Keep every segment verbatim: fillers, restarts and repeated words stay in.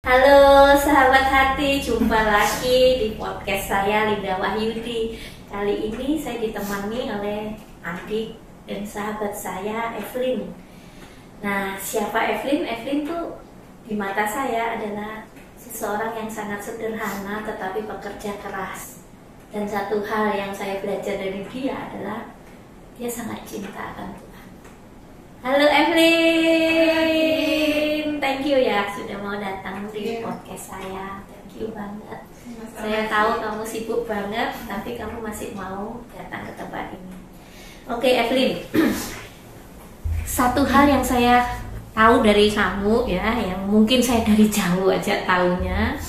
Halo sahabat hati, jumpa lagi di podcast saya Linda Wahyudi. Kali ini saya ditemani oleh adik dan sahabat saya Evelyn. Nah, siapa Evelyn? Evelyn tuh di mata saya adalah seseorang yang sangat sederhana tetapi pekerja keras. Dan satu hal yang saya belajar dari dia adalah dia sangat cinta akan Tuhan. Halo Evelyn, thank you ya sudah mau datang di podcast saya. Thank you banget. Saya tahu kamu sibuk banget, tapi kamu masih mau datang ke tempat ini. Oke Evelyn, satu hal yang saya tahu dari kamu ya, yang mungkin saya dari jauh aja taunya,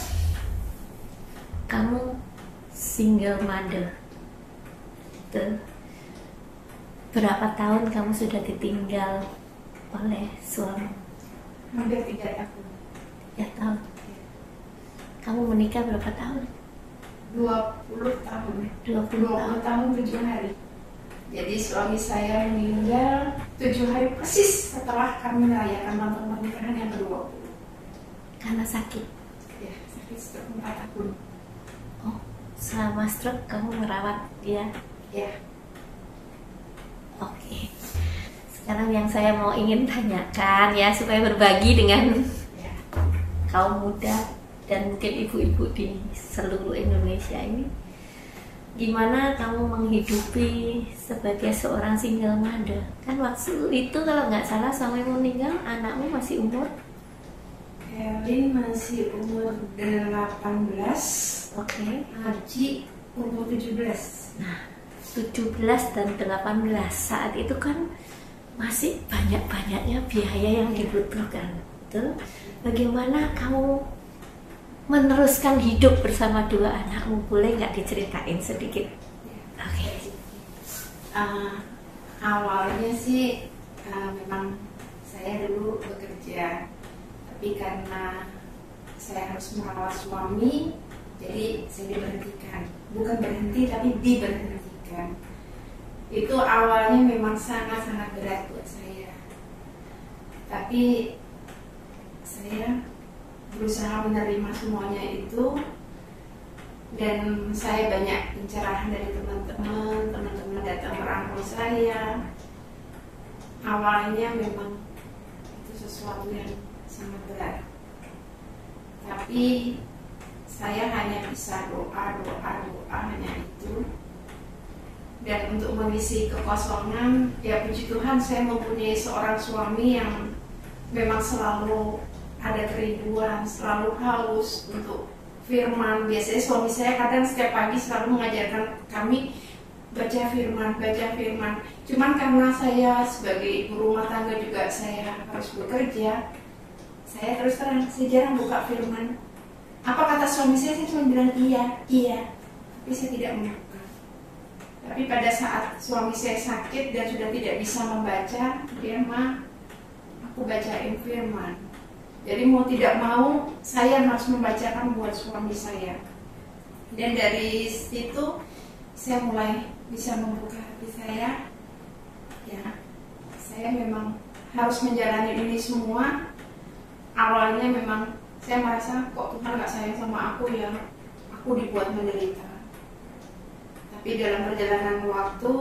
kamu single mother. Tuh. Berapa tahun kamu sudah ditinggal oleh suami? Hampir tiga tahun. Tiga tahun. Kamu menikah berapa tahun? Dua puluh tahun. Dua puluh tahun. tahun tujuh hari. Jadi suami saya meninggal tujuh hari persis setelah kami merayakan malam pernikahan yang kedua. Karena sakit. Ya, sakit stroke empat tahun. Oh, selama stroke kamu merawat dia? Ya. Oke, sekarang yang saya mau ingin tanyakan ya, supaya berbagi dengan Ya. kaum muda dan mungkin ibu-ibu di seluruh Indonesia ini, gimana kamu menghidupi sebagai seorang single mother? Kan waktu itu kalau nggak salah suamimu meninggal, anakmu masih umur? Elin masih umur delapan belas. Oke. Arji umur tujuh belas. Nah, tujuh belas dan delapan belas saat itu kan masih banyak-banyaknya biaya yang dibutuhkan. Betul? Bagaimana kamu meneruskan hidup bersama dua anakmu? Boleh nggak diceritain sedikit? Oke. Okay. Uh, awalnya sih uh, memang saya dulu bekerja, tapi karena saya harus merawat suami, jadi saya diberhentikan. Bukan berhenti, tapi diberhentikan. Itu awalnya memang sangat-sangat berat buat saya, tapi saya berusaha menerima semuanya itu, dan saya banyak pencerahan dari teman-teman. Teman-teman datang merangkul saya. Awalnya memang itu sesuatu yang sangat berat, tapi saya hanya bisa doa, doa, doa, hanya itu. Dan untuk mengisi kekosongan, ya puji Tuhan saya mempunyai seorang suami yang memang selalu ada kerinduan, selalu haus untuk firman. Biasanya suami saya kadang setiap pagi selalu mengajarkan kami baca firman, baca firman. Cuman karena saya sebagai ibu rumah tangga juga saya harus bekerja, saya terus terang, saya jarang buka firman. Apa kata suami saya, saya cuma bilang iya, iya, tapi saya tidak membuka. Tapi pada saat suami saya sakit dan sudah tidak bisa membaca, dia mah aku bacain firman. Jadi mau tidak mau saya harus membacakan buat suami saya. Dan dari situ saya mulai bisa membuka hati saya. Ya, saya memang harus menjalani ini semua. Awalnya memang saya merasa kok Tuhan gak sayang sama aku ya, aku dibuat menderita. Tapi dalam perjalanan waktu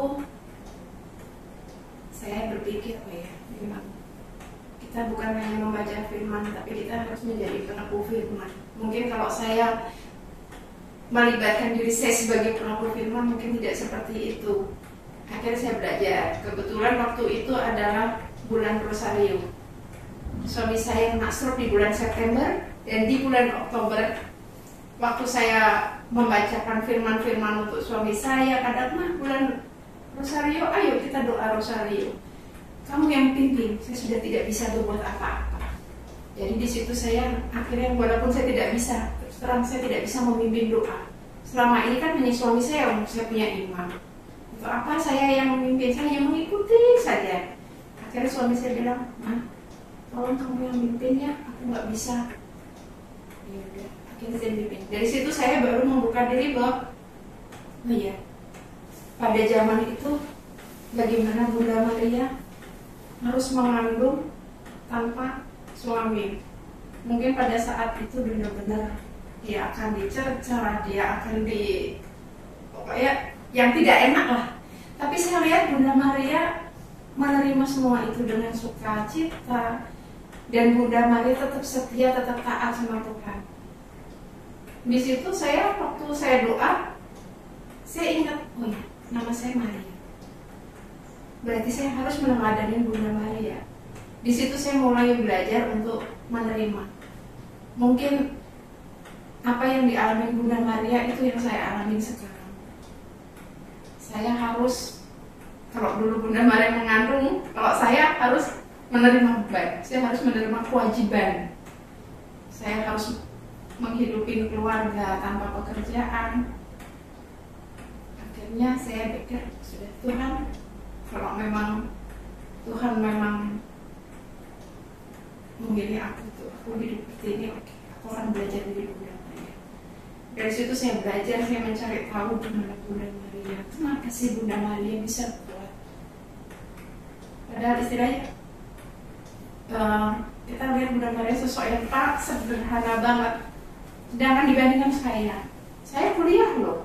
saya berpikir, oh ya, memang kita bukan hanya membaca firman, tapi kita harus menjadi peneguh firman. Mungkin kalau saya melibatkan diri saya sebagai peneguh firman, mungkin tidak seperti itu. Akhirnya saya belajar. Kebetulan waktu itu adalah bulan Rosario. Suami saya kena stroke di bulan September, dan di bulan Oktober waktu saya membacakan firman-firman untuk suami saya, kadang mah bulan Rosario, ayo kita doa Rosario. Kamu yang pimpin, saya sudah tidak bisa berbuat apa-apa. Jadi di situ saya akhirnya, walaupun saya tidak bisa, terus terang saya tidak bisa memimpin doa. Selama ini kan hanya suami saya yang saya punya imam. Untuk apa saya yang memimpin, saya yang mengikuti saja. Akhirnya suami saya bilang, "Ma, tolong kamu yang mimpin ya, aku nggak bisa." Ya udah. Dari situ saya baru membuka diri bahwa, oh iya, pada zaman itu bagaimana Bunda Maria harus mengandung tanpa suami. Mungkin pada saat itu benar-benar dia akan dicerca, dia akan di pokoknya yang tidak enak lah. Tapi saya lihat Bunda Maria menerima semua itu dengan sukacita, dan Bunda Maria tetap setia, tetap taat sama Tuhan. Di situ saya waktu saya doa, saya ingat, oh ya, nama saya Maria. Berarti saya harus meneladani Bunda Maria. Di situ saya mulai belajar untuk menerima. Mungkin apa yang dialami Bunda Maria itu yang saya alami sekarang. Saya harus, kalau dulu Bunda Maria mengandung, kalau saya harus menerima beban, saya harus menerima kewajiban. Saya harus menghidupi keluarga tanpa pekerjaan. Akhirnya saya pikir, sudah Tuhan, kalau memang Tuhan memang memilih aku tuh, aku hidup seperti ini, oke, aku akan belajar dari Bunda Maria. Dari situ saya belajar, saya mencari tahu gimana Bunda Maria. Kenapa sih Bunda Maria bisa kuat? Padahal istilahnya uh, kita lihat Bunda Maria sosok yang tak sederhana banget. Sedangkan dibandingkan saya, saya kuliah loh.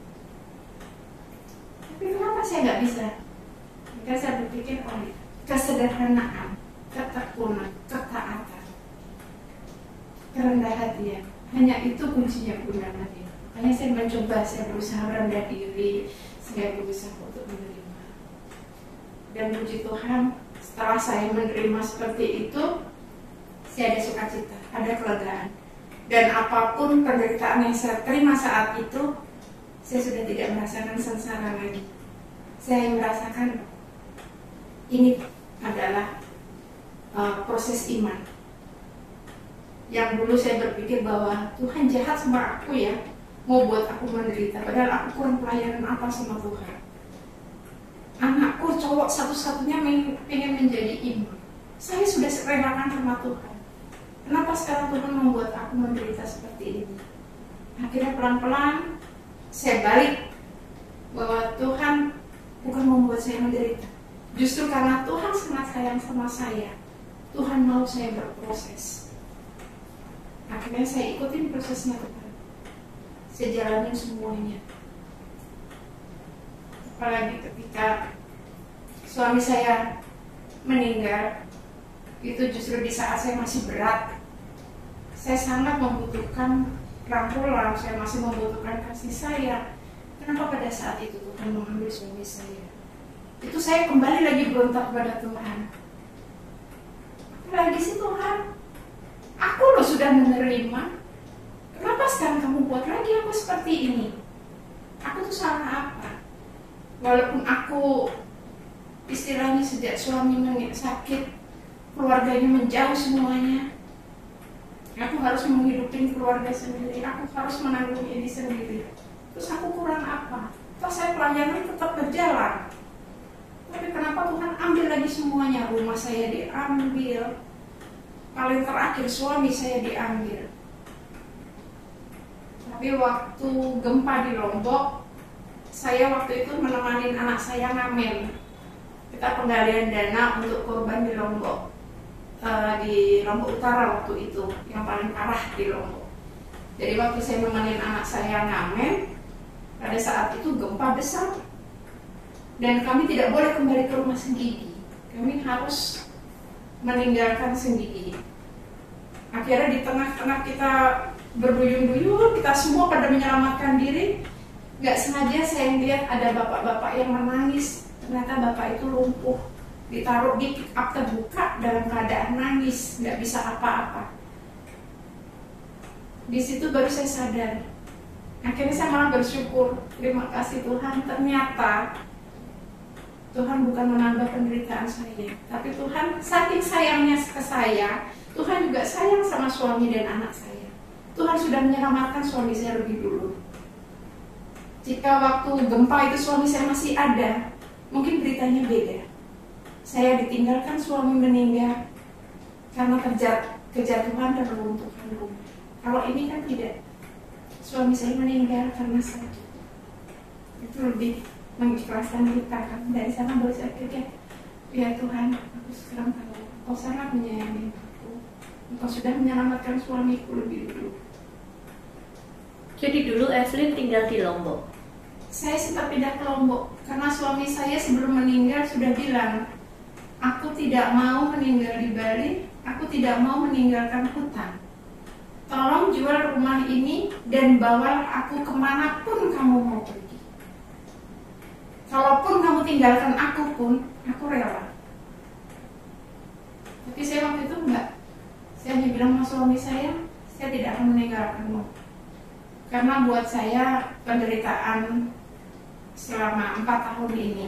Tapi kenapa saya nggak bisa? Maka saya berpikir, oh ya, kesederhanaan, ketekunan, ketaatan, kerendah hatian, hanya itu kuncinya Bunda Maria. Makanya saya mencoba, saya berusaha rendah diri, saya berusaha untuk menerima. Dan puji Tuhan, setelah saya menerima seperti itu, saya ada sukacita, ada kelegaan. Dan apapun penderitaan yang saya terima saat itu, saya sudah tidak merasakan sengsara lagi. Saya merasakan ini adalah uh, proses iman. Yang dulu saya berpikir bahwa Tuhan jahat sama aku ya, mau buat aku menderita, padahal aku kurang pelayanan apa sama Tuhan. Anakku cowok satu-satunya pengen menjadi imam. Saya sudah relakan sama Tuhan. Kenapa sekarang Tuhan membuat aku menderita seperti ini? Akhirnya pelan-pelan saya balik bahwa Tuhan bukan membuat saya menderita. Justru karena Tuhan sangat sayang sama saya, Tuhan mau saya berproses. Akhirnya saya ikutin prosesnya Tuhan. Saya jalanin semuanya. Apalagi ketika suami saya meninggal, itu justru di saat saya masih berat. Saya sangat membutuhkan rangkulan, saya masih membutuhkan kasih sayang. Kenapa pada saat itu Tuhan mengambil suami saya? Itu saya kembali lagi berontak kepada Tuhan. Apalagi sih Tuhan, aku loh sudah menerima. Kenapa sekarang kamu buat lagi aku seperti ini? Aku tuh salah apa? Walaupun aku istilahnya sejak suami sakit, keluarganya menjauh semuanya, aku harus menghidupi keluarga sendiri, aku harus menanggung ini sendiri. Terus aku kurang apa? Terus saya pelayanan tetap berjalan. Tapi kenapa Tuhan ambil lagi semuanya? Rumah saya diambil, paling terakhir suami saya diambil. Tapi waktu gempa di Lombok, saya waktu itu menemani anak saya ngamen. Kita penggalian dana untuk korban di Lombok, uh, di Lombok Utara waktu itu, yang paling parah di Lombok. Jadi waktu saya menemani anak saya ngamen, pada saat itu gempa besar, dan kami tidak boleh kembali ke rumah Senggigi. Kami harus meninggalkan Senggigi. Akhirnya di tengah-tengah kita berduyun-duyun, kita semua pada menyelamatkan diri. Gak sengaja saya melihat ada bapak-bapak yang menangis. Ternyata bapak itu lumpuh, ditaruh di pick up terbuka dalam keadaan nangis, gak bisa apa-apa. Di situ baru saya sadar. Akhirnya saya malah bersyukur, terima kasih Tuhan. Ternyata Tuhan bukan menambah penderitaan saya, tapi Tuhan saking sayangnya ke saya, Tuhan juga sayang sama suami dan anak saya. Tuhan sudah menyelamatkan suami saya lebih dulu. Jika waktu gempa itu suami saya masih ada, mungkin beritanya beda. Saya ditinggalkan, suami meninggal karena terjat, kejatuhan dan runtuhan rumah. Kalau ini kan tidak. Suami saya meninggal karena sakit. Itu lebih mengikhlaskan kita kan. Dari sana baru saya pikir, ya Tuhan, aku sekarang tahu Kau sangat menyayangi aku. engkau sudah menyelamatkan suamiku lebih dulu. Jadi dulu Evelyn tinggal di Lombok. Saya sempat pindah ke Lombok karena suami saya sebelum meninggal sudah bilang, aku tidak mau meninggal di Bali, aku tidak mau meninggalkan hutan. Tolong jual rumah ini dan bawalah aku kemanapun kamu mau pergi. Kalaupun kamu tinggalkan aku pun, aku rela. Tapi saya waktu itu enggak. Saya hanya bilang sama suami saya, saya tidak akan meninggalkanmu. Karena buat saya penderitaan selama empat tahun ini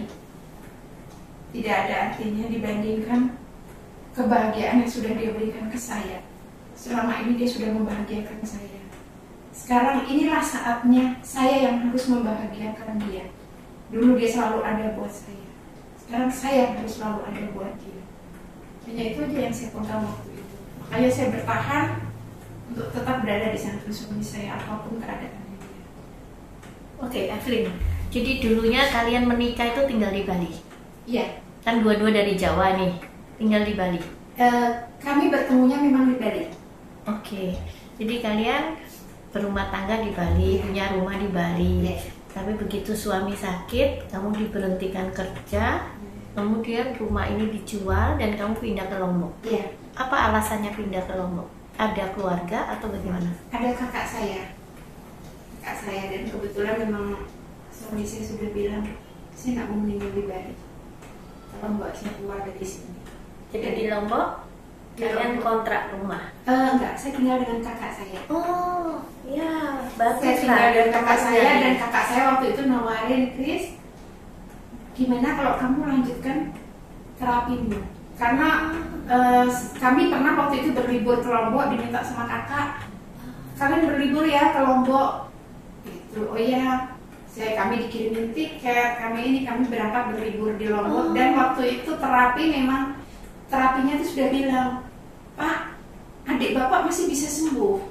tidak ada artinya dibandingkan kebahagiaan yang sudah dia berikan ke saya. Selama ini dia sudah membahagiakan saya. Sekarang inilah saatnya saya yang harus membahagiakan dia. Dulu dia selalu ada buat saya. Sekarang saya yang harus selalu ada buat dia. Hanya itu aja yang saya pegang waktu itu. Makanya saya bertahan untuk tetap berada di samping suami saya apapun keadaannya dia. Oke, Evelyn. Jadi dulunya kalian menikah itu tinggal di Bali. Iya. Kan dua-dua dari Jawa nih, tinggal di Bali. Uh, kami bertemunya memang di Bali. Oke, jadi kalian berumah tangga di Bali, yeah. punya rumah di Bali. Yeah. Tapi begitu suami sakit, kamu diberhentikan kerja, yeah. kemudian rumah ini dijual dan kamu pindah ke Lombok. Yeah. Apa alasannya pindah ke Lombok? Ada keluarga atau bagaimana? Ada kakak saya, kakak saya dan kebetulan memang suami saya sudah bilang, saya nggak mau meninggal di Bali. Tolong bawa saya keluar dari sini. Jadi di Lombok kalian kontrak rumah? Uh, enggak, saya tinggal dengan kakak saya. Oh, ya, bagus. Saya tinggal dengan kakak saya dan kakak saya waktu itu nawarin, Chris, gimana kalau kamu lanjutkan terapimu? Karena uh, kami pernah waktu itu berlibur ke Lombok, diminta sama kakak, kalian berlibur ya ke Lombok. Gitu, oh iya, saya kami dikirimin tiket, kami ini kami berangkat berlibur di Lombok oh. Dan waktu itu terapi memang terapinya itu sudah bilang, Pak, adik bapak masih bisa sembuh.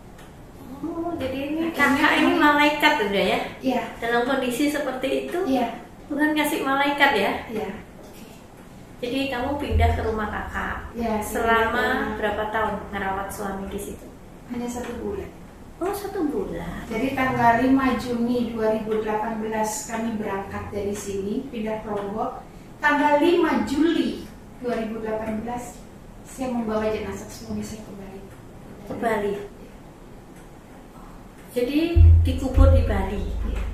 Oh, jadi ini kakak ini malaikat udah ya? Iya. Dalam kondisi seperti itu, iya. Tuhan kasih malaikat ya? Iya. Jadi kamu pindah ke rumah kakak. Iya. Selama berapa tahun ngerawat suami di situ? Hanya satu bulan. Oh, satu bulan. Jadi tanggal lima Juni dua ribu delapan belas kami berangkat dari sini pindah ke Lombok. Tanggal lima Juli dua ribu delapan belas saya membawa jenazah suami saya kembali ke Bali. Jadi dikubur di Bali. Ya.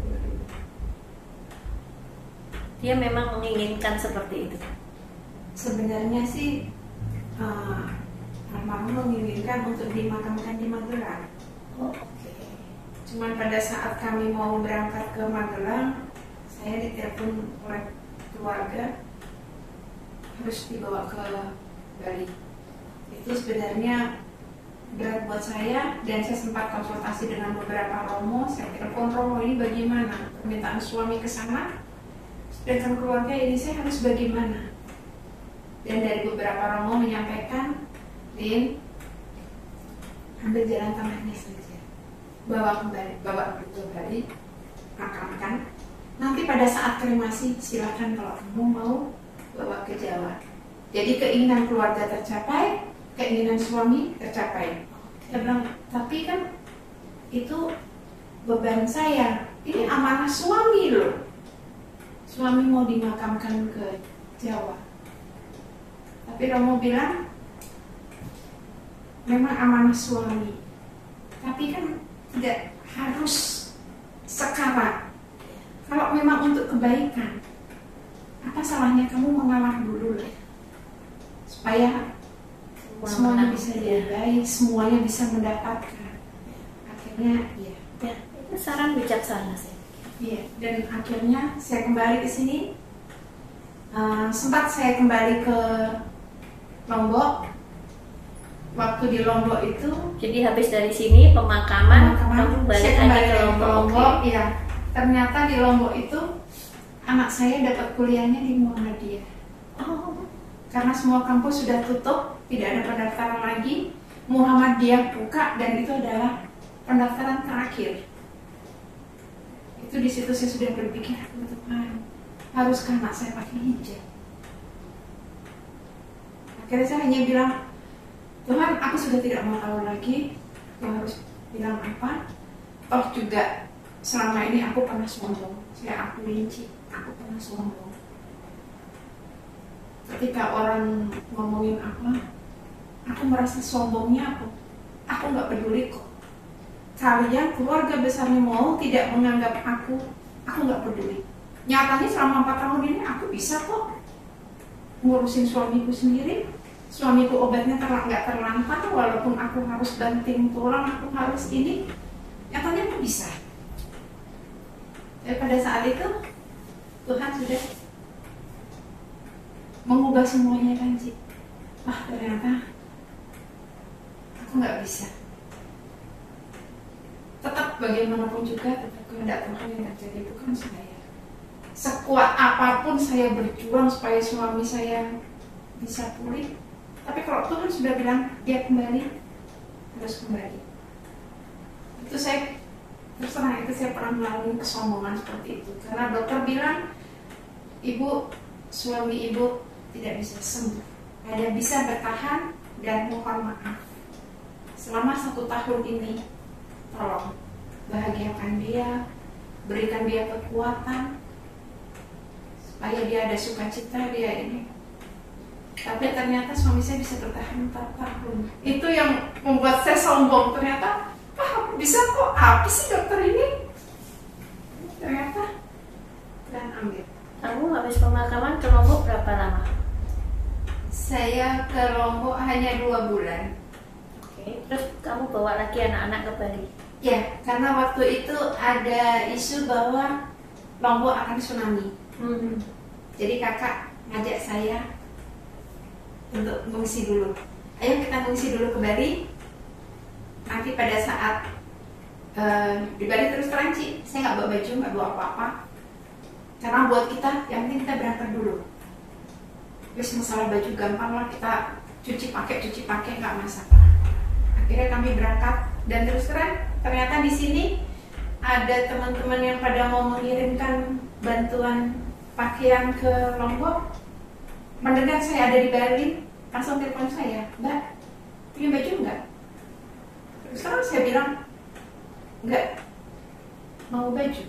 Dia memang menginginkan seperti itu. Sebenarnya sih uh, almarhum menginginkan untuk dimakamkan di Magelang. Oh, oke. Okay. Cuman pada saat kami mau berangkat ke Magelang, saya ditelepon oleh keluarga harus dibawa ke Bali. Itu sebenarnya berat buat saya dan saya sempat konsultasi dengan beberapa romo. Saya telepon romo, ini bagaimana permintaan suami ke sana, sedangkan keluarga ini saya harus bagaimana. Dan dari beberapa romo menyampaikan, Lin, ambil jalan tengahnya saja, bawa kembali, bawa ke Bali, makamkan. Nanti pada saat kremasi silakan kalau kamu mau bawa ke Jawa. Jadi keinginan keluarga tercapai, keinginan suami tercapai. Saya bilang, tapi kan itu beban saya. Ini amanah suami loh. Suami mau dimakamkan ke Jawa. Tapi Romo bilang, memang amanah suami. Tapi kan tidak harus sekarang. Kalau memang untuk kebaikan, apa salahnya kamu mengalah dulu lah, supaya semuanya bisa jadi baik, semuanya bisa mendapatkan. Akhirnya, ya, ya itu saran bijaksana sih. Iya, dan akhirnya saya kembali ke sini. Uh, sempat saya kembali ke Lombok. Waktu di Lombok itu, jadi habis dari sini pemakaman, pemakaman kamu balik saya kembali lagi ke Lombok. Lombok okay. Ya, ternyata di Lombok itu anak saya dapat kuliahnya di Muhammadiyah. Oh. Karena semua kampus sudah tutup, tidak ada pendaftaran lagi. Muhammadiyah buka dan itu adalah pendaftaran terakhir. Itu di situ saya sudah berpikir, Tuhan, haruskah anak saya pakai hijab? Akhirnya saya hanya bilang, Tuhan, aku sudah tidak mau tahu lagi aku harus bilang apa. Toh juga selama ini aku pernah sombong. Saya aku rinci, aku pernah sombong. Ketika orang ngomongin apa, aku merasa sombongnya aku. Aku nggak peduli kok. Kalian keluarga besarnya mau tidak menganggap aku, aku nggak peduli. Nyatanya selama empat tahun ini aku bisa kok ngurusin suamiku sendiri. Suamiku obatnya terlang nggak terlantar, walaupun aku harus banting tulang, aku harus ini. Nyatanya aku bisa. Dan pada saat itu Tuhan sudah mengubah semuanya kan Ci. Wah ternyata aku nggak bisa. Tetap bagaimanapun juga tetap kehendak Tuhan yang terjadi, bukan saya. Sekuat apapun saya berjuang supaya suami saya bisa pulih, tapi kalau Tuhan sudah bilang dia kembali, harus kembali. Itu saya terus terang itu saya pernah melalui kesombongan seperti itu karena dokter bilang ibu, suami ibu tidak bisa sembuh, hanya bisa bertahan dan mohon maaf. Selama satu tahun ini tolong bahagiakan dia, berikan dia kekuatan supaya dia ada sukacita dia ini. Tapi ternyata suami saya bisa bertahan empat tahun. Itu yang membuat saya sombong. Ternyata, ah bisa kok, apa sih dokter ini? Ternyata dan ambil. Kamu habis pemakaman ke Lombok berapa lama? Saya ke Lombok hanya dua bulan. Oke, terus kamu bawa lagi anak-anak ke Bali? Ya, karena waktu itu ada isu bahwa Lombok akan tsunami. Hmm. Jadi kakak ngajak saya untuk mengungsi dulu. Ayo kita mengungsi dulu ke Bali. Nanti pada saat uh, di Bali terus terang Ci, saya nggak bawa baju, nggak bawa apa-apa. Karena buat kita, yang penting kita berangkat dulu. Terus masalah baju gampang lah, kita cuci pakai cuci pakai nggak masalah. Akhirnya kami berangkat dan terus terang ternyata di sini ada teman-teman yang pada mau mengirimkan bantuan pakaian ke Lombok. Mendengar saya ada di Bali, langsung telepon saya, Mbak, punya baju nggak? Terus terang saya bilang, nggak mau baju.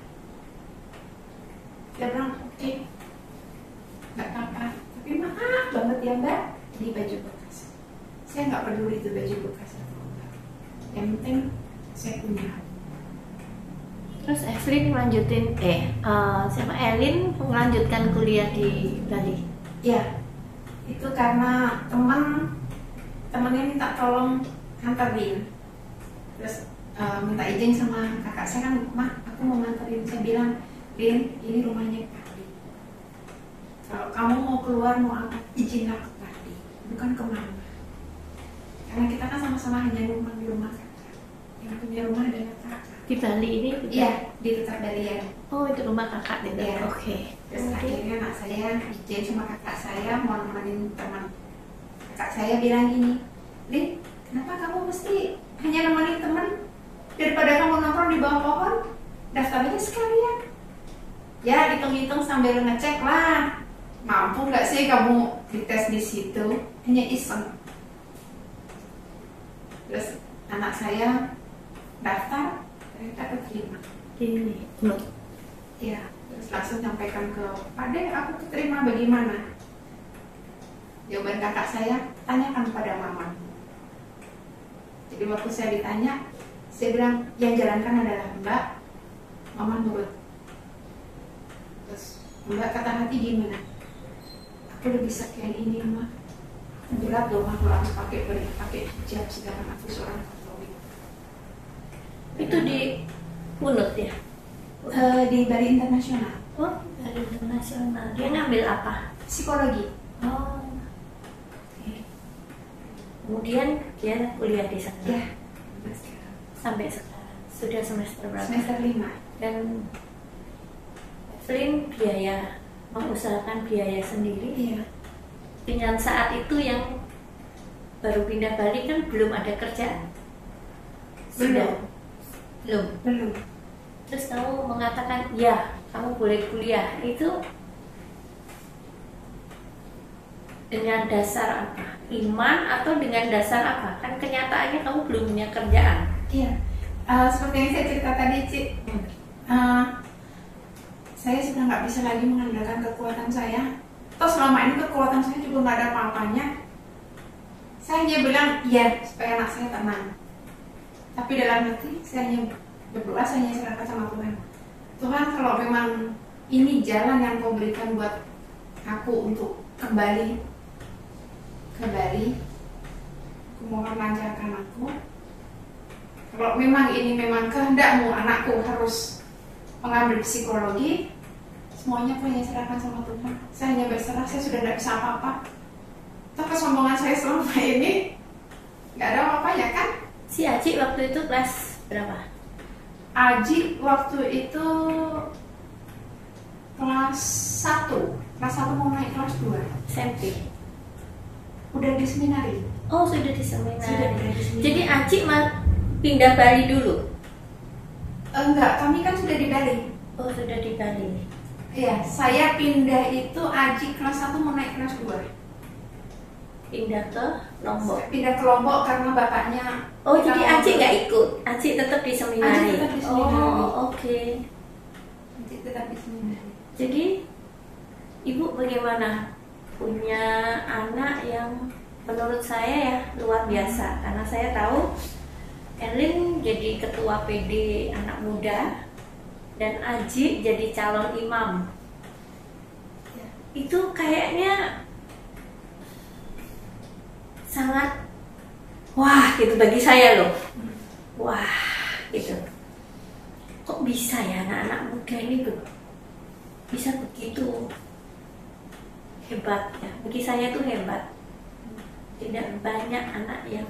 Dia bilang, oke, okay, nggak apa-apa, tapi maaf banget ya Mbak, ini baju bekas. Saya nggak peduli itu baju bekas atau enggak. Yang penting saya punya. Terus Evelyn melanjutin, eh uh, siapa Elin melanjutkan kuliah di Bali? Ya, itu karena teman temannya minta tolong nganterin. Terus uh, minta izin sama kakak saya kan, Mah, aku mau nganterin. Saya bilang, Lin, ini rumahnya Padi. Kalau kamu mau keluar mau apa, izinlah ke Padi, bukan kemana. Karena kita kan sama-sama hanya rumah di rumah kakak. Yang punya rumah adalah kakak. Di Bali ini? Iya, di Tetap Balian. Oh, itu rumah kakak gitu. Ya. Oke. Okay. Terus akhirnya anak saya izin sama kakak saya mau nemenin teman. Kakak saya bilang gini, Lin, kenapa kamu mesti hanya nemenin teman? Daripada kamu nongkrong di bawah pohon, daftar aja sekalian. Ya, hitung-hitung sambil ngecek lah, mampu nggak sih kamu dites di situ? Hanya iseng. Terus anak saya daftar, ternyata keterima. Ini, menurut. Ya, terus langsung sampaikan ke Pak De, aku keterima bagaimana? Jawaban kakak saya, tanyakan pada mama. Jadi waktu saya ditanya, saya bilang yang jalankan adalah Mbak, mama nurut. Terus Mbak kata hati gimana? Aku udah bisa kayak ini mah. Berat dong aku harus pakai pakai hijab sedangkan aku seorang Katolik. Itu di Punut ya? Uh, di Bali Internasional. Oh, Bali Internasional. Dia ngambil apa? Psikologi. Oh. Oke. Kemudian dia kuliah di sana. Ya. Sampai sekarang. Sudah semester berapa? Semester lima. Dan Evelyn biaya mengusahakan biaya sendiri. Iya. Dengan saat itu yang baru pindah Bali kan belum ada kerjaan. Belum. Belum. Belum. Terus kamu mengatakan, ya kamu boleh kuliah. Itu dengan dasar apa? Iman atau dengan dasar apa? Kan kenyataannya kamu belum punya kerjaan. Iya, uh, seperti yang saya cerita tadi, Cik. Hmm. Uh, saya sudah nggak bisa lagi mengandalkan kekuatan saya. Toh selama ini kekuatan saya juga nggak ada apa-apanya. Saya hanya bilang iya supaya anak saya tenang. Tapi dalam hati saya hanya berdoa, saya hanya serahkan sama Tuhan. Tuhan, kalau memang ini jalan yang kau berikan buat aku untuk kembali ke Bali, aku mohon lancarkan aku. Kalau memang ini memang kehendakmu anakku harus mengambil psikologi, semuanya aku hanya serahkan sama Tuhan. Saya hanya berserah, saya sudah tidak bisa apa-apa. Toh kesombongan saya selama ini nggak ada apa-apa ya kan? Si Aji waktu itu kelas berapa? Aji waktu itu kelas satu, kelas satu mau naik kelas dua. S M P. Udah di seminari. Oh, sudah di seminari. Sudah di seminari. Jadi Aji pindah Bali dulu? Enggak, kami kan sudah di Bali. Oh, sudah di Bali. Iya, saya pindah itu Aji kelas satu mau naik kelas dua. Pindah ke Lombok. Pindah ke Lombok karena bapaknya. Oh, jadi Aji nggak ikut? Aji tetap di seminari. Aji tetap di seminari. Oh, oke. Okay. Aji tetap di seminari. Jadi Ibu bagaimana punya anak yang menurut saya ya luar biasa, karena saya tahu Elin jadi ketua P D anak muda dan Aji jadi calon imam. Ya, itu kayaknya sangat wah gitu bagi saya loh. Wah gitu. Kok bisa ya anak-anak muda ini be- bisa begitu hebat ya. Bagi saya tuh hebat. Tidak banyak anak yang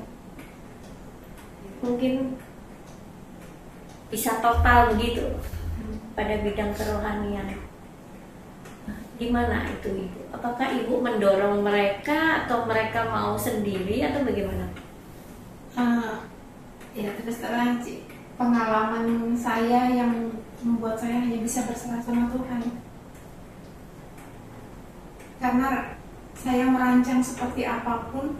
mungkin bisa total begitu pada bidang kerohanian. Gimana itu Ibu? Apakah Ibu mendorong mereka atau mereka mau sendiri atau bagaimana? Uh, ya terus terang sih, pengalaman saya yang membuat saya hanya bisa berserah sama Tuhan. Karena saya merancang seperti apapun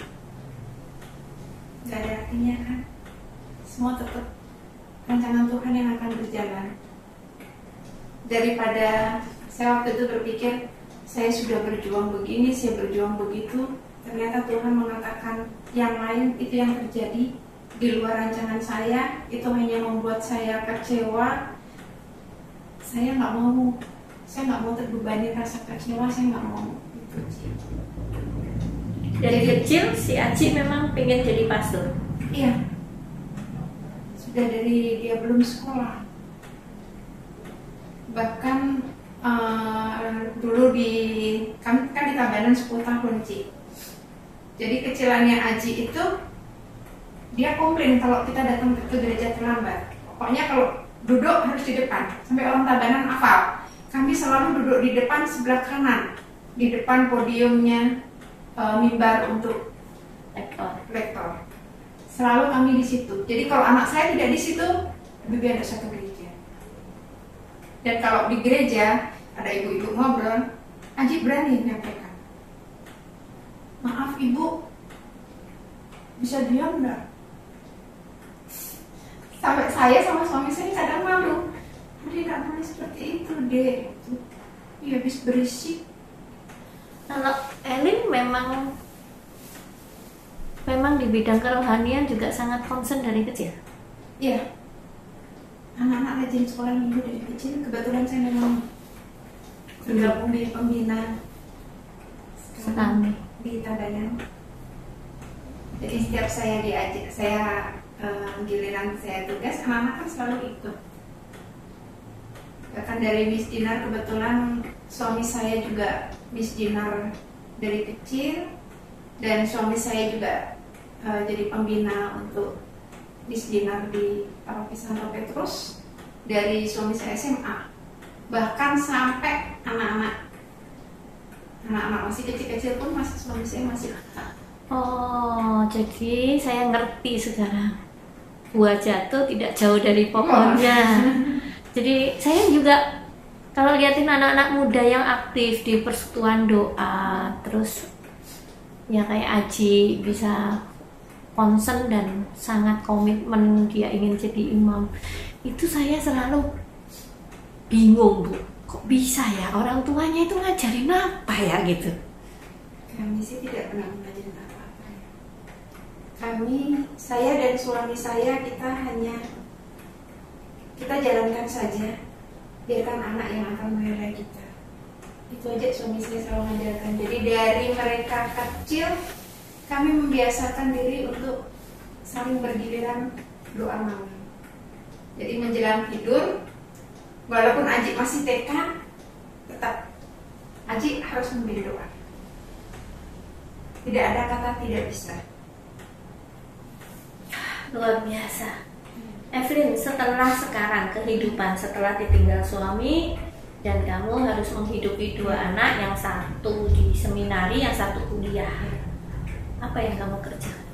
gak ada artinya kan. Semua tetap rancangan Tuhan yang akan berjalan. Daripada saya waktu itu berpikir saya sudah berjuang begini, saya berjuang begitu, ternyata Tuhan mengatakan yang lain, itu yang terjadi di luar rancangan saya, itu hanya membuat saya kecewa. Saya nggak mau, saya nggak mau terbebani rasa kecewa, saya nggak mau. Dari kecil si Aji memang pengen jadi pastor. Iya, sudah dari dia belum sekolah. Bahkan uh, dulu di kan, kan di Tabanan sepuluh tahun Ci. Jadi kecilannya Aji itu dia komplain kalau kita datang ke gereja terlambat. Pokoknya kalau duduk harus di depan. Sampai orang Tabanan hafal. Kami selalu duduk di depan sebelah kanan, di depan podiumnya uh, mimbar untuk lektor. lektor. Selalu kami di situ. Jadi kalau anak saya tidak di situ, lebih ada satu gereja. Dan kalau di gereja ada ibu-ibu ngobrol, Aji berani menyampaikan, maaf ibu, bisa diam enggak? Sampai saya sama suami saya kadang malu, dia nggak boleh seperti itu deh. Iya habis berisik. Kalau Elin memang memang di bidang kerohanian juga sangat concern dari kecil. Iya. Anak-anak rajin sekolah minggu dari kecil. Kebetulan saya memang bergabung di pembina sekali di Tabanan. Jadi setiap saya diajak, saya uh, giliran saya tugas, anak-anak kan selalu ikut. Bahkan dari Miss Dinar, kebetulan suami saya juga Miss Dinar dari kecil, dan suami saya juga uh, jadi pembina untuk Miss Dinar di Paroki Santo Petrus dari suami saya S M A. Bahkan sampai anak-anak anak-anak masih kecil-kecil pun masih suami saya masih. Oh, jadi saya ngerti sekarang. Buah jatuh tidak jauh dari pohonnya. Jadi saya juga kalau liatin anak-anak muda yang aktif di persekutuan doa, terus ya kayak Aji bisa concern dan sangat komitmen dia ingin jadi imam, itu saya selalu bingung Bu, kok bisa ya orang tuanya itu ngajarin apa ya gitu. Kami sih tidak pernah mengajarin apa-apa ya. Kami, saya dan suami saya, kita hanya kita jalankan saja, biarkan anak yang akan menilai kita. Itu aja suami saya selalu mengajarkan. Jadi dari mereka kecil kami membiasakan diri untuk saling bergiliran doa malam. Jadi menjelang tidur, walaupun Aji masih T K, tetap Aji harus memberi doa. Tidak ada kata tidak bisa. Luar biasa. Evelyn, setelah sekarang kehidupan setelah ditinggal suami dan kamu harus menghidupi dua anak, yang satu di seminari, yang satu kuliah, apa yang kamu kerjakan?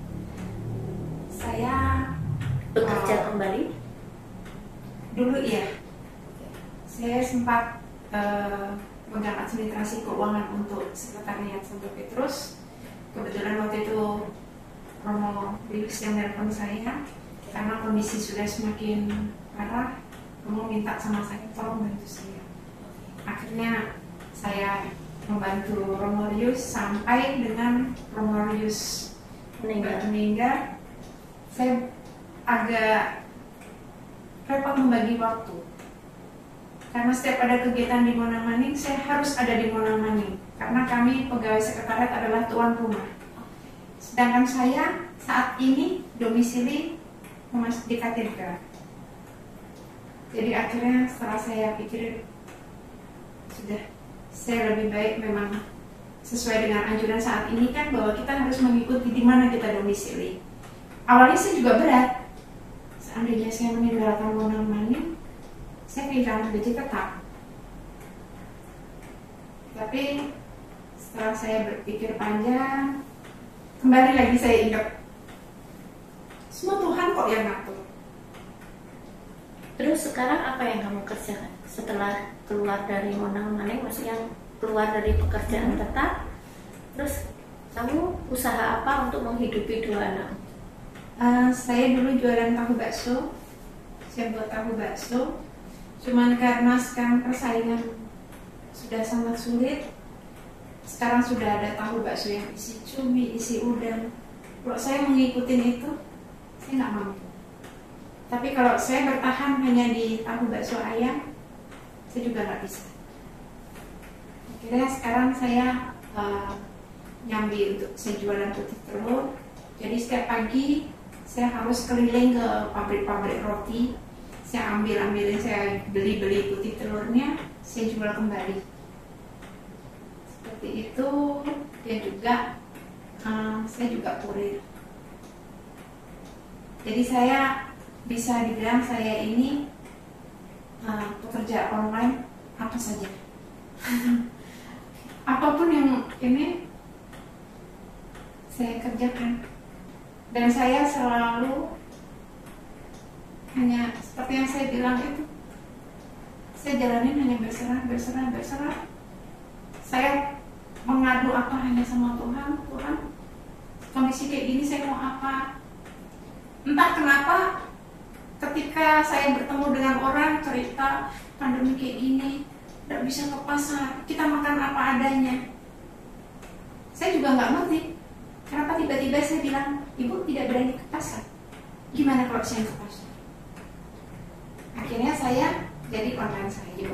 Saya Bekerja uh, kembali? Dulu ya, saya sempat uh, megang administrasi keuangan untuk sekretariat Santo Petrus. Kebetulan waktu itu Romo Lilis yang nelfon saya karena kondisi sudah semakin parah. Romo minta sama saya tolong bantu saya. Akhirnya saya membantu Romolius sampai dengan Romolius Meninggal. meninggal. Saya agak repot membagi waktu karena setiap ada kegiatan di Monamaning saya harus ada di Monamaning karena kami pegawai sekretariat adalah tuan rumah, sedangkan saya saat ini domisili di katedral. Jadi akhirnya setelah saya pikir sudah, saya lebih baik memang sesuai dengan anjuran saat ini kan bahwa kita harus mengikuti di mana kita domisili. Awalnya saya juga berat, seandainya saya meninggalkan Monamaning, saya kehilangan gaji tetap. Tapi setelah saya berpikir panjang, kembali lagi saya ingat, semua Tuhan kok yang ngatur. Terus sekarang apa yang kamu kerjakan setelah keluar dari Monamaning, maksudnya keluar dari pekerjaan tetap? Terus kamu usaha apa untuk menghidupi dua anak? Uh, saya dulu jualan tahu bakso, saya buat tahu bakso. Cuman karena sekarang persaingan sudah sangat sulit, sekarang sudah ada tahu bakso yang isi cumi, isi udang. Kalau saya mengikuti itu, saya nggak mampu. Tapi kalau saya bertahan hanya di tahu bakso ayam, saya juga nggak bisa. Akhirnya sekarang saya uh, nyambi untuk saya jualan putih telur. Jadi setiap pagi saya harus keliling ke pabrik-pabrik roti. Saya ambil-ambilin, saya beli-beli putih telurnya, saya jual kembali. Seperti itu. Dan juga uh, saya juga kurir. Jadi saya bisa dibilang saya ini uh, pekerja online apa saja. Apapun yang ini saya kerjakan. Dan saya selalu hanya seperti yang saya bilang itu, saya jalanin hanya berserah, berserah, berserah. Saya mengadu apa hanya sama Tuhan. Tuhan, kondisi kayak gini saya mau apa? Entah kenapa ketika saya bertemu dengan orang cerita pandemi kayak gini, tidak bisa ke pasar, kita makan apa adanya. Saya juga nggak ngerti kenapa tiba-tiba saya bilang, ibu tidak berani ke pasar. Gimana kalau saya ke pasar? Akhirnya saya jadi online saja.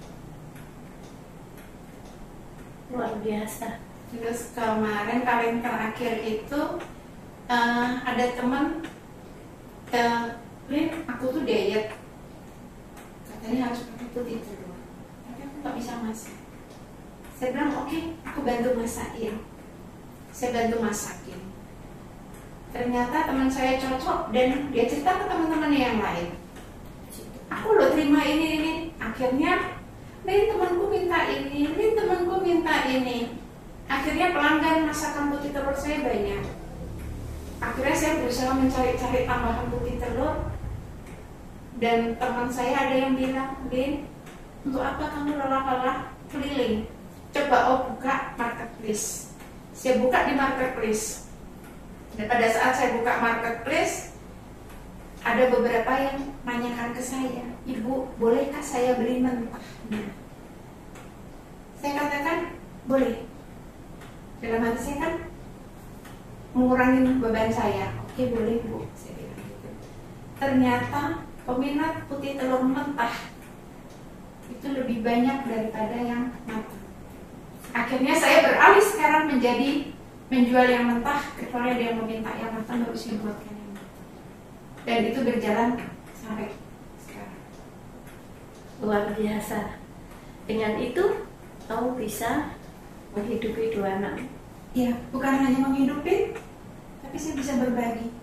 Luar biasa. Terus kemarin kalian terakhir itu uh, ada teman, uh, Lin, aku tuh diet, katanya harus pakai putih telur, tapi aku nggak bisa masak. Saya bilang oke, okay, aku bantu masakin. Saya bantu masakin. Ternyata teman saya cocok dan dia cerita ke teman-teman yang lain. Aku lo terima ini ini. Akhirnya, Lin temanku minta ini, Lin temanku minta ini. Akhirnya pelanggan masakan putih telur saya banyak. Akhirnya saya berusaha mencari-cari tambahan putih telur. Dan teman saya ada yang bilang, Lin, untuk apa kamu lelah-lelah keliling? Coba oh buka marketplace. Saya buka di marketplace. Dan pada saat saya buka marketplace, ada beberapa yang nanyakan ke saya, "Ibu, bolehkah saya beli mentah?" Saya katakan, boleh. Dalam hati saya kan mengurangi beban saya. Oke, boleh Bu, saya bilang gitu. Ternyata peminat putih telur mentah itu lebih banyak daripada yang matang. Akhirnya saya beralih sekarang menjadi menjual yang mentah, kecuali dia meminta yang matang baru saya buatkan yang matang. Dan itu berjalan sampai sekarang. Luar biasa. Dengan itu kamu bisa menghidupi dua anak. Ya, bukan hanya menghidupi, tapi saya bisa berbagi.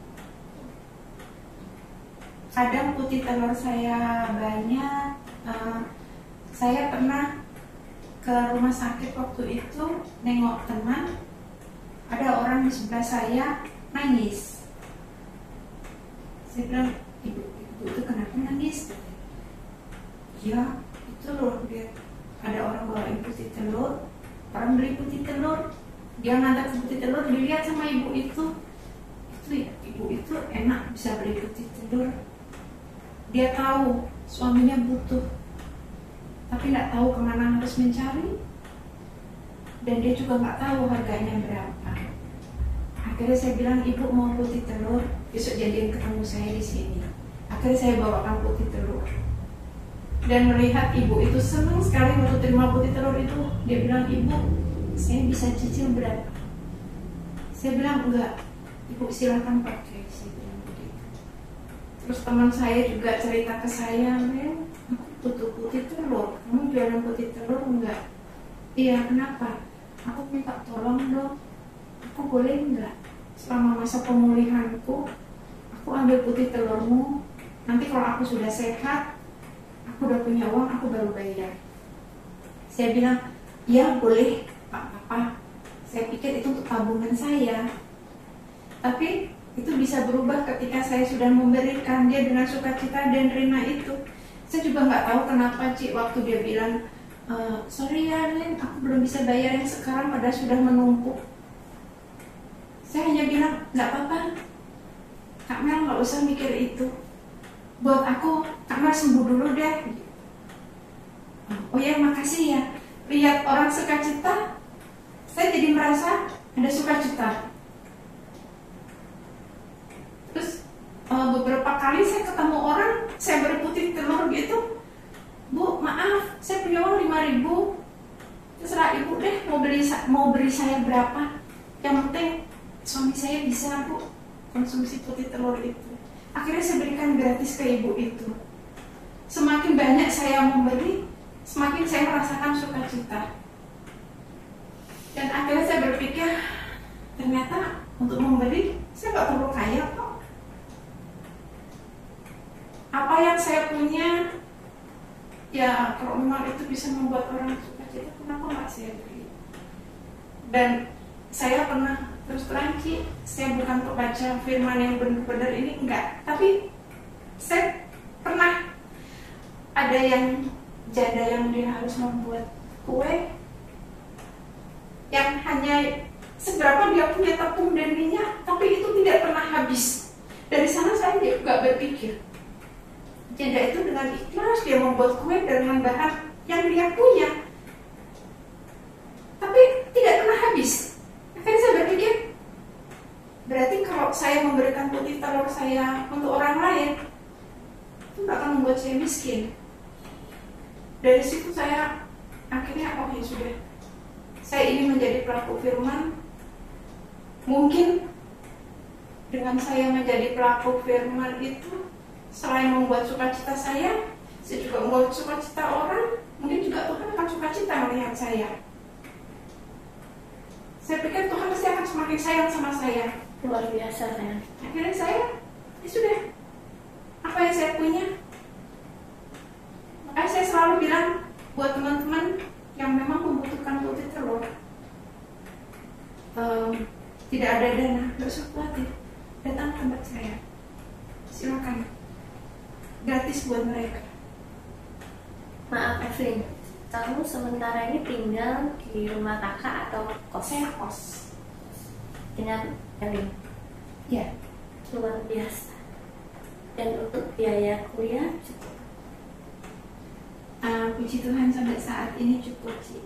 Kadang putih telur saya banyak. Uh, saya pernah ke rumah sakit waktu itu nengok teman, ada orang di sebelah saya nangis. Saya bilang, ibu, ibu itu kenapa nangis? Ya, itu loh, dia ada orang bawain putih telur, orang beli putih telur, dia ngantar putih telur, dilihat sama ibu itu, itu ya, ibu itu enak bisa beli putih telur. Dia tahu suaminya butuh, tapi nggak tahu kemana harus mencari, dan dia juga nggak tahu harganya berapa. Akhirnya saya bilang, ibu mau putih telur, besok jadian ketemu saya di sini. Akhirnya saya bawakan putih telur, dan melihat ibu itu senang sekali waktu terima putih telur itu. Dia bilang, ibu, saya bisa cicil berapa? Saya bilang, enggak, ibu silakan pakai. Saya bilang begitu. Terus teman saya juga cerita ke saya, "Men, aku butuh putih telur, kamu jualan putih telur enggak?" "Iya, kenapa?" "Aku minta tolong dong, aku boleh enggak selama masa pemulihanku aku ambil putih telurmu, nanti kalau aku sudah sehat, aku udah punya uang, aku baru bayar." Saya bilang, "Ya boleh Pak Papa." Saya pikir itu untuk tabungan saya, tapi itu bisa berubah ketika saya sudah memberikan dia dengan sukacita dan terima itu. Saya juga nggak tahu kenapa Ci waktu dia bilang, e, "Sorry ya Len, aku belum bisa bayar yang sekarang padahal sudah menumpuk." Saya hanya bilang, "Nggak apa-apa Kak Mel, nggak usah mikir itu. Buat aku Kak Mel sembuh dulu deh." "Oh ya, makasih ya." Lihat orang sukacita, saya jadi merasa ada sukacita. Terus uh, beberapa kali saya ketemu orang, saya beri putih telur gitu, "Bu, maaf, saya punya uang lima ribu. Terserah ibu deh mau beli mau beri saya berapa. Yang penting suami saya bisa Bu konsumsi putih telur itu." Akhirnya saya berikan gratis ke ibu itu. Semakin banyak saya memberi, semakin saya merasakan sukacita. Dan akhirnya saya berpikir, ternyata untuk memberi saya nggak perlu kaya kok. Apa yang saya punya, ya kalau memang itu bisa membuat orang sukacita, kenapa nggak saya beri? Dan saya pernah, terus terang Ci, saya bukan pembaca firman yang benar-benar ini, enggak. Tapi saya pernah ada yang janda yang dia harus membuat kue yang hanya seberapa dia punya tepung dan minyak, tapi itu tidak pernah habis. Dari sana saya juga berpikir, janda itu dengan ikhlas dia membuat kue dengan bahan yang dia punya, tapi tidak pernah habis. Akhirnya saya berpikir, berarti kalau saya memberikan putih telur saya untuk orang lain, itu tidak akan membuat saya miskin. Dari situ saya akhirnya, oh ya sudah, saya ingin menjadi pelaku firman. Mungkin dengan saya menjadi pelaku firman itu, selain membuat sukacita saya, saya juga membuat sukacita orang. Mungkin juga Tuhan akan sukacita melihat saya. Saya pikir Tuhan pasti akan semakin sayang sama saya. Luar biasa kan? Akhirnya saya, ya sudah, apa yang saya punya. Makanya saya selalu bilang buat teman-teman yang memang membutuhkan putih telur, um, tidak ada dana, nggak usah khawatir, datang ke tempat saya, silakan, gratis buat mereka. Maaf Evelyn, kamu sementara ini tinggal di rumah kakak atau kos? Saya kos. dengan Elin. Ya, Luar biasa. Dan untuk biaya kuliah cukup. uh, puji Tuhan sampai saat ini cukup sih.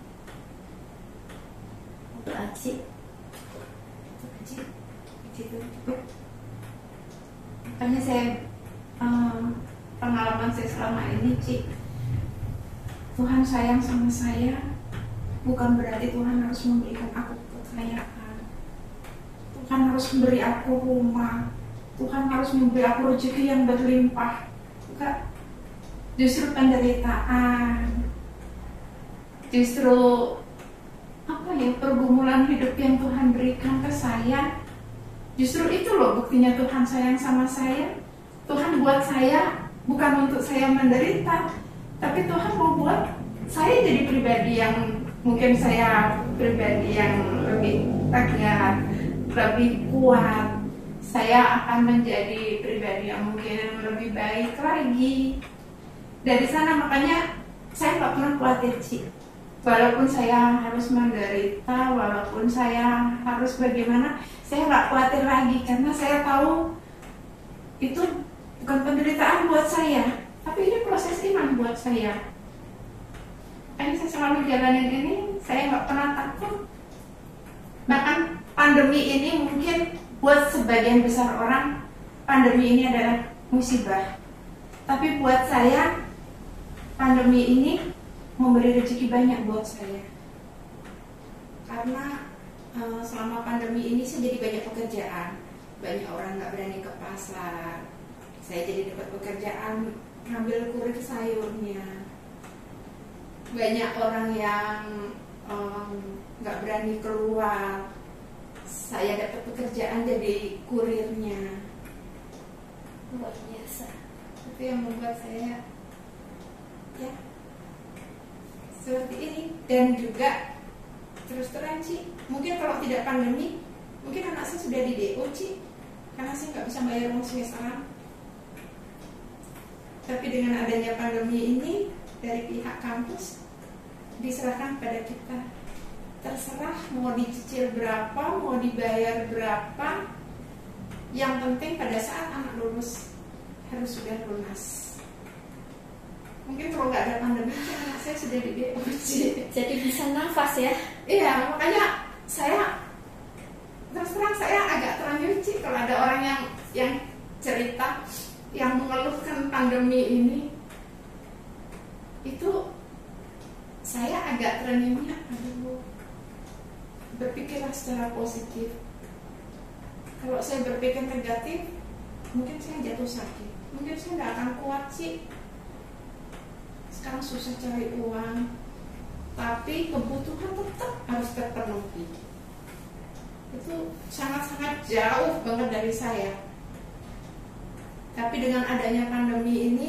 Untuk Aji Untuk Aji, puji Tuhan cukup. Makanya saya uh, pengalaman saya selama ini, Ci, Tuhan sayang sama saya bukan berarti Tuhan harus memberikan aku kekayaan, Tuhan harus memberi aku rumah, Tuhan harus memberi aku rezeki yang berlimpah. Enggak, justru penderitaan, justru apa ya, pergumulan hidup yang Tuhan berikan ke saya, justru itu loh buktinya Tuhan sayang sama saya. Tuhan buat saya bukan untuk saya menderita, tapi Tuhan mau buat saya jadi pribadi yang mungkin saya pribadi yang lebih tegar, lebih kuat. Saya akan menjadi pribadi yang mungkin lebih baik lagi. Dari sana makanya saya nggak pernah khawatir sih. Walaupun saya harus menderita, walaupun saya harus bagaimana, saya nggak khawatir lagi karena saya tahu itu bukan penderitaan buat saya, tapi ini proses iman buat saya. Ini saya selalu jalanin ini, saya nggak pernah takut. Bahkan pandemi ini mungkin buat sebagian besar orang pandemi ini adalah musibah, tapi buat saya pandemi ini memberi rezeki banyak buat saya. Karena uh, selama pandemi ini saya jadi banyak pekerjaan. Banyak orang nggak berani ke pasar, saya jadi dapat pekerjaan ngambil kurir sayurnya. Banyak orang yang nggak um, berani keluar, saya dapat pekerjaan jadi kurirnya. luar biasa. Itu yang membuat saya ya seperti ini. Dan juga terus terang Ci, mungkin kalau tidak pandemi mungkin anak saya sudah di D O Ci, karena saya nggak bisa bayar uang semesteran. Tapi dengan adanya pandemi ini dari pihak kampus diserahkan pada kita, terserah mau dicicil berapa, mau dibayar berapa, yang penting pada saat anak lulus harus sudah lunas. Mungkin kalau nggak ada pandemi anak saya sudah di D O C, jadi bisa nafas ya. Iya, makanya saya terus terang saya agak terlanjur Ci kalau ada orang yang yang cerita, yang mengeluhkan pandemi ini, itu saya agak ternyunya, aduh, berpikirlah secara positif. Kalau saya berpikir negatif, mungkin saya jatuh sakit, mungkin saya nggak akan kuat sih. Sekarang susah cari uang, tapi kebutuhan tetap harus terpenuhi. Itu sangat-sangat jauh banget dari saya. Tapi dengan adanya pandemi ini,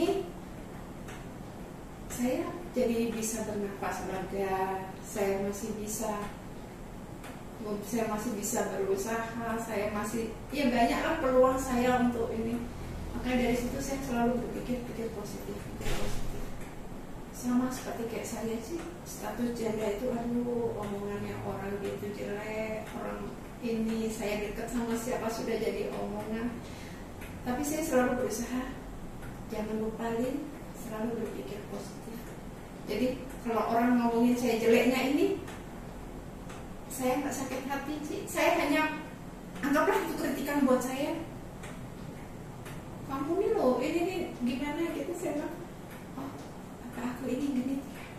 saya jadi bisa bernafas lega, saya masih bisa, saya masih bisa berusaha, saya masih, ya banyaklah peluang saya untuk ini. Makanya dari situ saya selalu berpikir pikir positif, pikir positif. Sama seperti kayak saya sih, status janda itu, aduh, omongannya orang gitu jelek, orang ini, saya dekat sama siapa sudah jadi omongan. Tapi saya selalu berusaha, jangan lupain, selalu berpikir positif. Jadi kalau orang ngomongin saya jeleknya ini, saya nggak sakit hati sih. Saya hanya anggaplah itu kritikan buat saya. Kamu nih loh, ini nih gimana gitu. Saya bilang, oh, apa aku ini gini?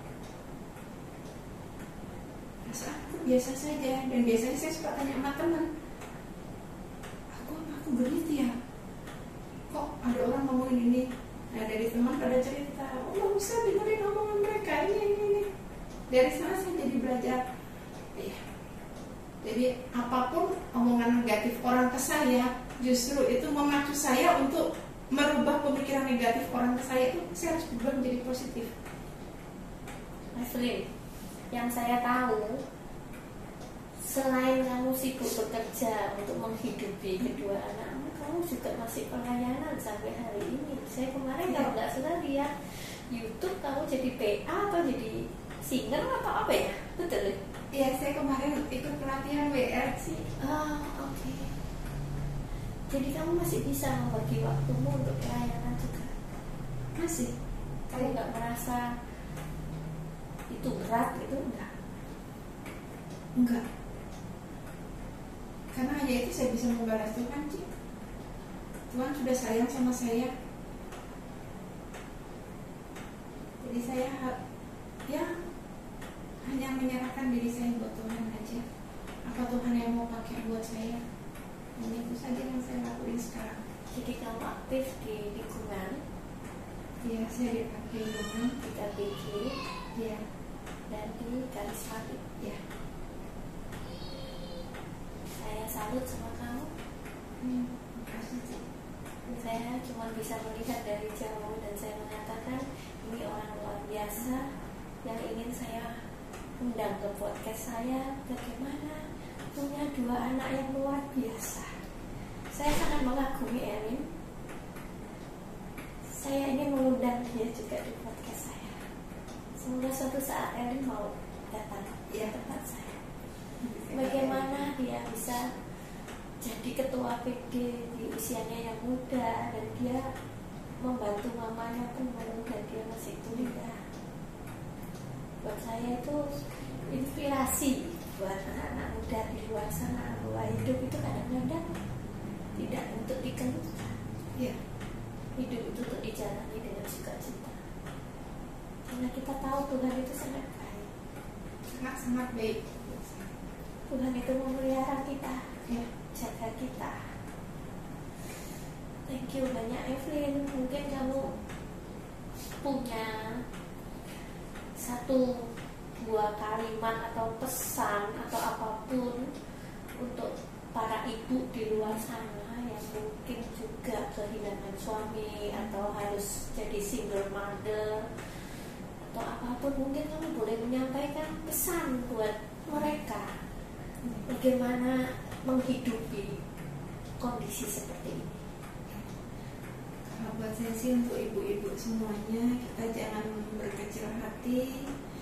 Rasa aku biasa saja. Dan biasanya saya suka tanya sama teman, aku apa aku genit ya? Kok ada orang ngomongin ini? Nah dari teman pada cerita, oh nggak usah dengerin omongan mereka, ini ini ini. Dari sana saya jadi belajar. Iya. Jadi apapun omongan negatif orang ke saya, justru itu memacu saya untuk merubah pemikiran negatif orang ke saya. Itu saya harus berubah menjadi positif. Asli, yang saya tahu, selain kamu sibuk bekerja untuk menghidupi kedua anakmu, kamu juga masih pelayanan sampai hari ini. Saya kemarin kalau nggak salah lihat YouTube kamu jadi P A atau jadi singer atau apa ya, betul? Iya, saya kemarin ikut pelatihan W R sih. Oh, oke. Okay. Jadi kamu masih bisa membagi waktumu untuk pelayanan juga? Masih. Kamu nggak merasa itu berat gitu? Enggak? Enggak. Karena hanya itu saya bisa membalas Tuhan sih. Tuhan sudah sayang sama saya. Jadi saya ya hanya menyerahkan diri saya buat Tuhan aja. Apa Tuhan yang mau pakai buat saya? Dan itu saja yang saya lakuin sekarang. Jadi kamu aktif di lingkungan? Iya, saya dipakai lingkungan. Kita bikin. Iya. Dan di karismatik. Iya. Saya salut sama kamu. Hmm, makasih sih. Saya cuma bisa melihat dari jauh dan saya mengatakan ini orang luar biasa yang ingin saya undang ke podcast saya. Bagaimana punya dua anak yang luar biasa. Saya sangat mengagumi Erin. Saya ingin mengundang dia juga di podcast saya. Semoga suatu saat Erin mau datang di tempat saya. Bagaimana dia bisa jadi ketua P D di usianya yang muda dan dia membantu mamanya penuh dan dia masih kuliah. Buat saya itu inspirasi buat anak-anak muda di luar sana bahwa hidup itu kadang-kadang tidak untuk dikeluhkan. Ya. Hidup itu untuk dijalani dengan sukacita. Karena kita tahu Tuhan itu sangat baik. Sangat-sangat baik. Tuhan itu memelihara kita, ya, jaga kita. Thank you banyak Evelyn. Mungkin kamu punya satu dua kalimat atau pesan atau apapun untuk para ibu di luar sana yang mungkin juga kehilangan suami atau harus jadi single mother atau apapun, mungkin kamu boleh menyampaikan pesan buat mereka bagaimana menghidupi kondisi seperti ini. Kalau buat saya sih untuk ibu-ibu semuanya, kita jangan berkecil hati,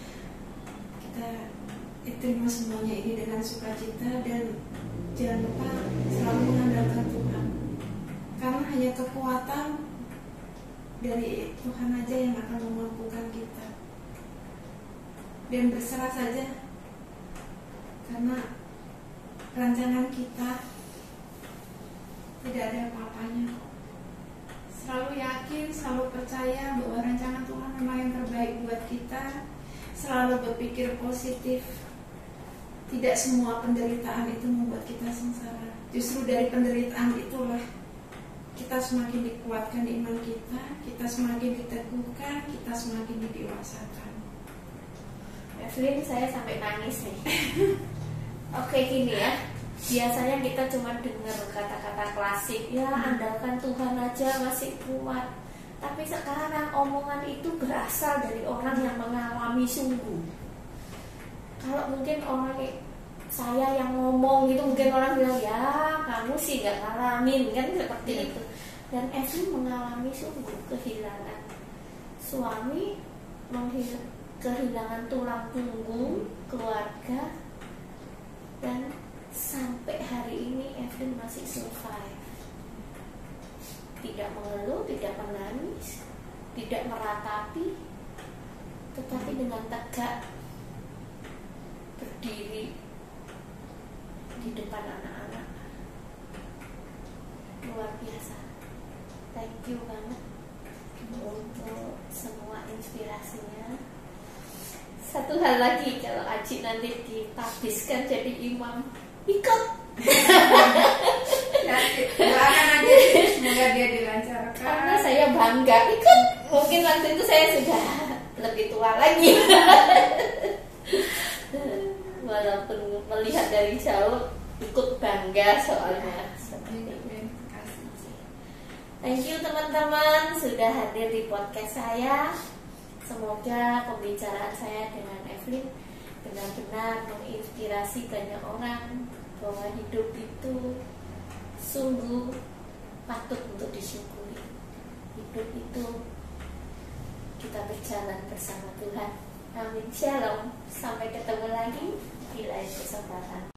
kita terima semuanya ini dengan sukacita dan jangan lupa selalu mengandalkan Tuhan, karena hanya kekuatan dari Tuhan aja yang akan memampukan kita. Dan berserah saja, karena rancangan kita tidak ada apa-apanya. Selalu yakin, selalu percaya bahwa rancangan Tuhan memang yang terbaik buat kita. Selalu berpikir positif. Tidak semua penderitaan itu membuat kita sengsara. Justru dari penderitaan itulah kita semakin dikuatkan iman kita, kita semakin diteguhkan, kita semakin didewasakan. Evelyn, saya sampai nangis nih. Oke, gini ya. Biasanya kita cuma dengar kata-kata klasik, ya andalkan Tuhan aja masih kuat. Tapi sekarang omongan itu berasal dari orang yang mengalami sungguh. Kalau mungkin orang saya yang ngomong gitu, mungkin orang bilang ya kamu sih gak ngalamin kan, seperti hmm. itu. Dan Evelyn mengalami sungguh kehilangan suami, kehilangan tulang punggung keluarga, dan sampai hari ini Evelyn masih survive. Tidak mengeluh, tidak menangis, tidak meratapi, tetapi dengan tegak berdiri di depan anak-anak. Luar biasa. Thank you banget untuk semua inspirasinya. Satu hal lagi, kalau Aji nanti ditabiskan jadi imam, ikut. Doakan aja, semoga dia dilancarkan. Karena saya bangga ikut. Mungkin waktu itu saya sudah lebih tua lagi. Walaupun melihat dari jauh, ikut bangga soalnya. Thank you teman-teman sudah hadir di podcast saya. Semoga pembicaraan saya dengan Evelyn benar-benar menginspirasi banyak orang bahwa hidup itu sungguh patut untuk disyukuri. Hidup itu kita berjalan bersama Tuhan. Amin. Shalom. Sampai ketemu lagi. di lain kesempatan.